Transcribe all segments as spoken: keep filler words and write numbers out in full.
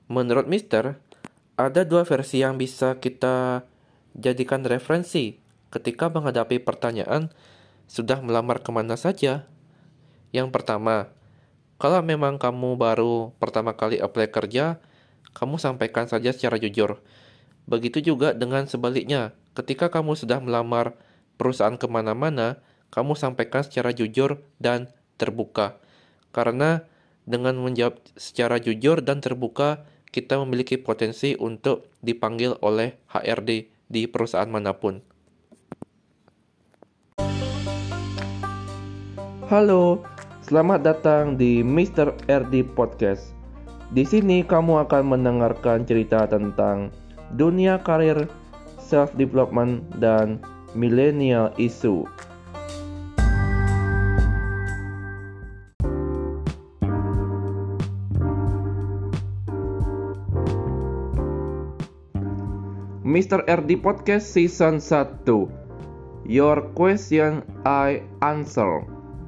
Menurut Mister, ada dua versi yang bisa kita jadikan referensi ketika menghadapi pertanyaan sudah melamar kemana saja. Yang pertama, kalau memang kamu baru pertama kali apply kerja, kamu sampaikan saja secara jujur. Begitu juga dengan sebaliknya, ketika kamu sudah melamar perusahaan kemana-mana, kamu sampaikan secara jujur dan terbuka. Karena dengan menjawab secara jujur dan terbuka, kita memiliki potensi untuk dipanggil oleh H R D di perusahaan manapun. Halo, selamat datang di Mister R D Podcast. Di sini kamu akan mendengarkan cerita tentang dunia karir, self-development, dan millennial issue. Mister R D Podcast Season satu. Your question I answer.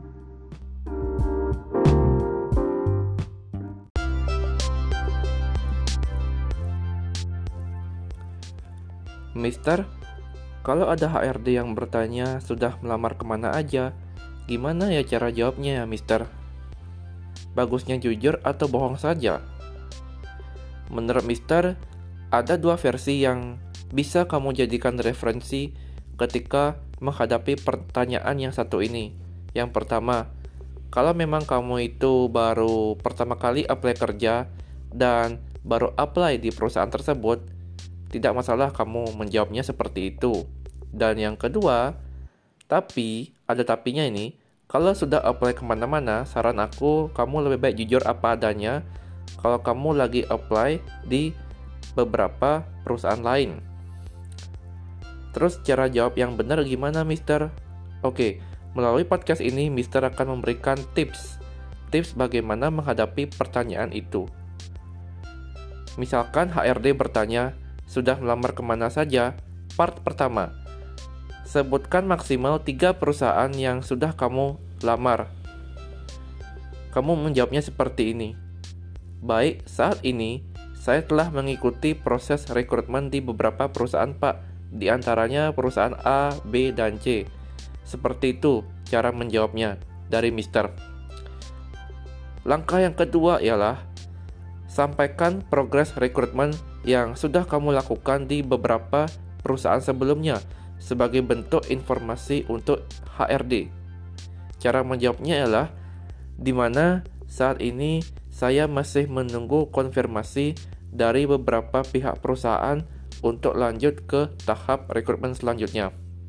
Mister, kalau ada H R D yang bertanya sudah melamar kemana aja, gimana ya cara jawabnya ya Mister? Bagusnya jujur atau bohong saja? Menurut Mister, ada dua versi yang bisa kamu jadikan referensi ketika menghadapi pertanyaan yang satu ini. Yang pertama, kalau memang kamu itu baru pertama kali apply kerja dan baru apply di perusahaan tersebut, tidak masalah kamu menjawabnya seperti itu. Dan yang kedua, tapi, ada tapinya ini, kalau sudah apply kemana-mana, saran aku, kamu lebih baik jujur apa adanya kalau kamu lagi apply di beberapa perusahaan lain. Terus cara jawab yang benar gimana, Mister? Oke, melalui podcast ini, Mister akan memberikan tips. Tips bagaimana menghadapi pertanyaan itu. Misalkan H R D bertanya, sudah melamar kemana saja? Part pertama, sebutkan maksimal tiga perusahaan yang sudah kamu lamar. Kamu menjawabnya seperti ini. Baik, saat ini saya telah mengikuti proses rekrutmen di beberapa perusahaan, Pak. Di antaranya perusahaan A, B, dan C. Seperti itu cara menjawabnya dari Mister. Langkah yang kedua ialah sampaikan progres rekrutmen yang sudah kamu lakukan di beberapa perusahaan sebelumnya sebagai bentuk informasi untuk H R D. Cara menjawabnya ialah, di mana saat ini saya masih menunggu konfirmasi dari beberapa pihak perusahaan untuk lanjut ke tahap rekrutmen selanjutnya.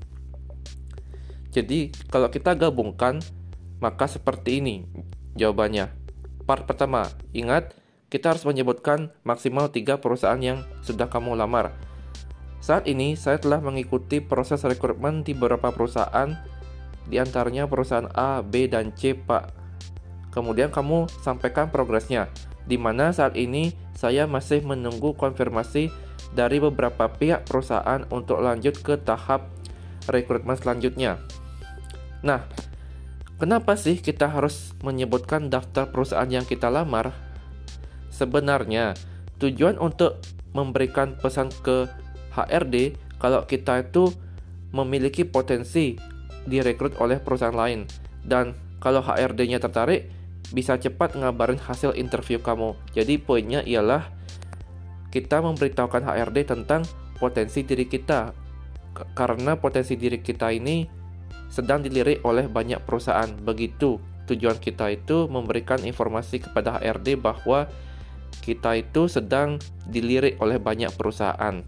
Jadi, kalau kita gabungkan, maka seperti ini jawabannya. Part pertama, ingat, kita harus menyebutkan maksimal tiga perusahaan yang sudah kamu lamar. Saat ini, saya telah mengikuti proses rekrutmen di beberapa perusahaan, di antaranya perusahaan A, B, dan C, Pak. Kemudian kamu sampaikan progresnya, di mana saat ini saya masih menunggu konfirmasi dari beberapa pihak perusahaan untuk lanjut ke tahap rekrutmen selanjutnya. Nah, kenapa sih kita harus menyebutkan daftar perusahaan yang kita lamar? Sebenarnya, tujuan untuk memberikan pesan ke H R D kalau kita itu memiliki potensi direkrut oleh perusahaan lain. Dan kalau H R D-nya tertarik, bisa cepat ngabarin hasil interview kamu. Jadi poinnya ialah kita memberitahukan H R D tentang potensi diri kita. K- karena potensi diri kita ini sedang dilirik oleh banyak perusahaan. Begitu tujuan kita itu memberikan informasi kepada H R D bahwa kita itu sedang dilirik oleh banyak perusahaan.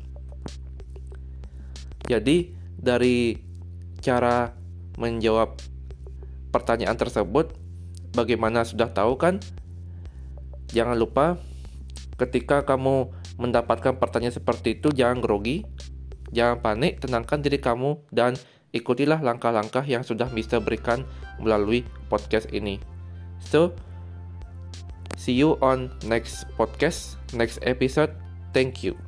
Jadi, dari cara menjawab pertanyaan tersebut, bagaimana sudah tahu kan? Jangan lupa, ketika kamu mendapatkan pertanyaan seperti itu, jangan grogi, jangan panik, tenangkan diri kamu, dan ikutilah langkah-langkah yang sudah Mister berikan melalui podcast ini. So, see you on next podcast, next episode. Thank you.